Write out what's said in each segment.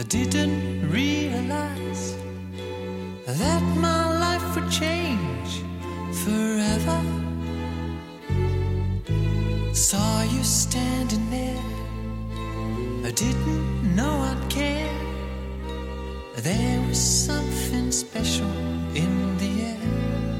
I didn't realize that my life would change forever. Saw you standing there, I didn't know I'd care. There was something special in the air.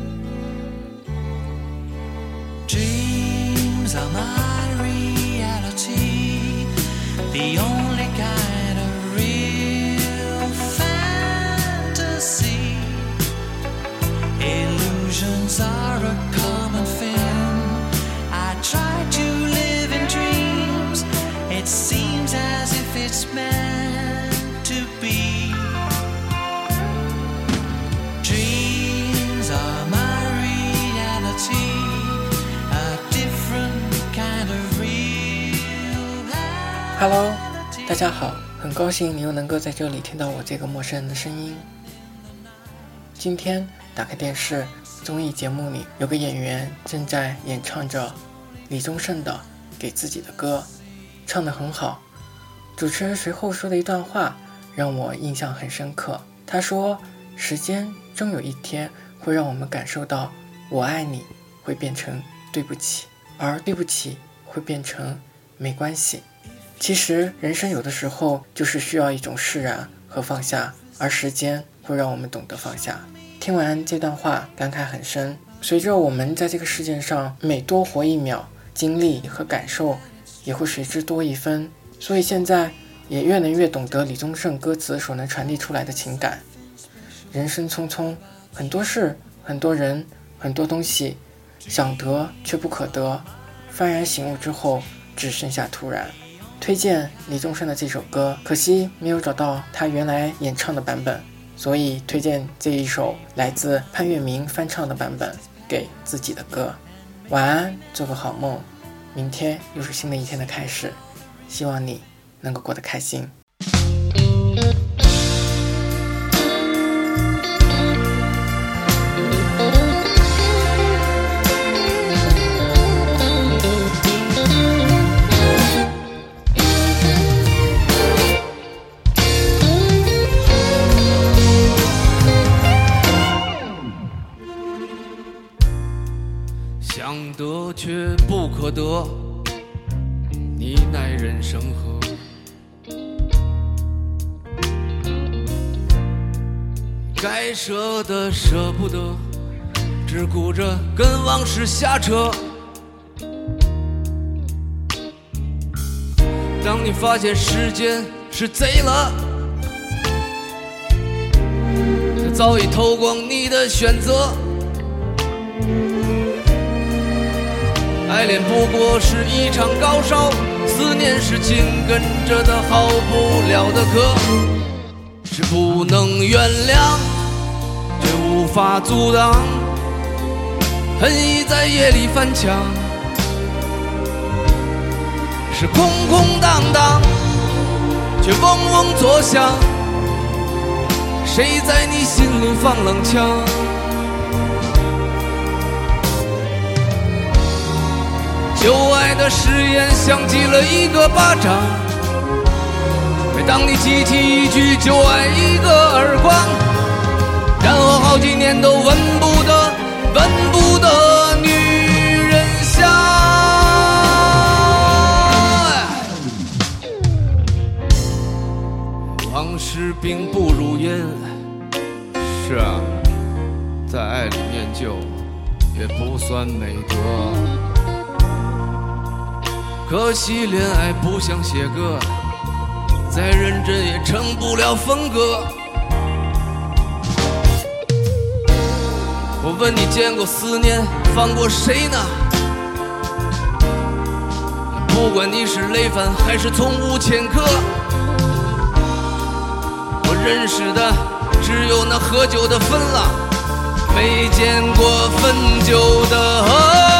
Dreams are my reality, the only kind of real fantasy. Illusions are a common thing. I try to live in dreams. It seems as if it's meant to be. Dreams are my reality, a different kind of real Hello， 大家好，很高兴你又能够在这里听到我这个陌生人的声音。今天打开电视，综艺节目里有个演员正在演唱着李宗盛的《给自己的歌》，唱得很好。主持人随后说的一段话让我印象很深刻，他说，时间终有一天会让我们感受到我爱你会变成对不起，而对不起会变成没关系。其实人生有的时候就是需要一种释然和放下，而时间会让我们懂得放下。听完这段话感慨很深，随着我们在这个世界上每多活一秒，经历和感受也会随之多一分，所以现在也越能越懂得李宗盛歌词所能传递出来的情感。人生匆匆，很多事，很多人，很多东西，想得却不可得，幡然醒悟之后只剩下突然。推荐李宗盛的这首歌，可惜没有找到他原来演唱的版本，所以推荐这一首来自潘粤明翻唱的版本，给自己的歌。晚安，做个好梦，明天又是新的一天的开始，希望你能够过得开心。 想得却不可得，你奈人生何？该舍的舍不得，只顾着跟往事瞎扯。当你发现时间是贼了，它早已偷光你的选择。爱恋不过是一场高烧，思念是紧跟着的好不了的渴，是不能原谅却无法阻挡，恨意在夜里翻墙，是空空荡荡却嗡嗡作响，谁在你心里放冷枪？旧爱的誓言像极了一个巴掌，每当你记起一句就爱一个耳光，然后好几年都闻不得女人香。往事并不如烟，是啊，在爱里念旧也不算美德。可惜恋爱不像写歌，再认真也成不了风格。我问你见过思念放过谁呢？不管你是累犯还是从无前科，我认识的只有那喝酒的分了，没见过分酒的喝。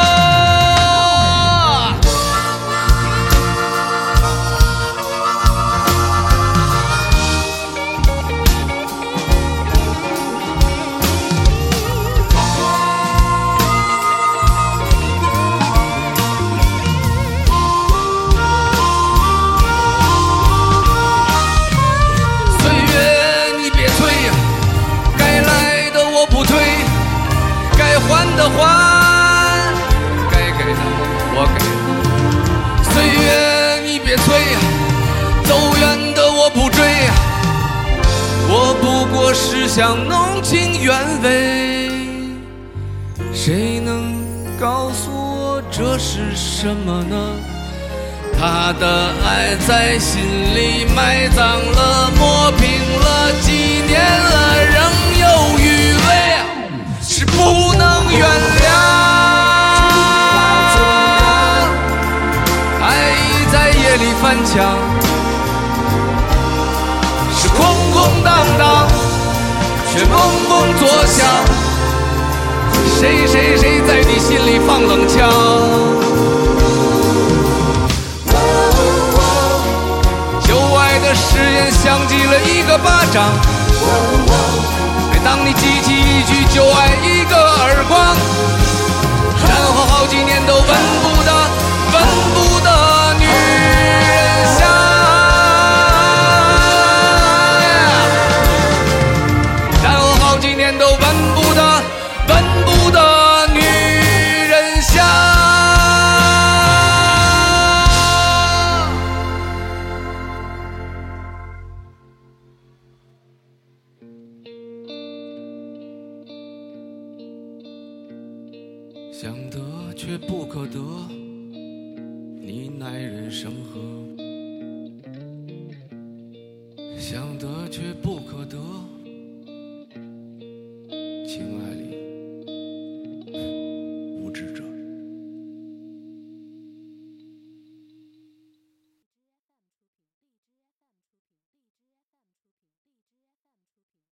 走远的我不追，我不过是想弄清原委。谁能告诉我这是什么呢？他的爱在心里埋葬了，磨平了，几年了，仍有余味，是不能原谅。爱已在夜里翻墙，是空空荡荡，却嗡嗡作响。谁在你心里放冷枪？誓言像极了一个巴掌，每当你记起一句就爱一个耳光，然后好几年都闻不得女人香，然后好几年都闻不得女人香。想得却不可得，你耐人生何？想得却不可得，亲爱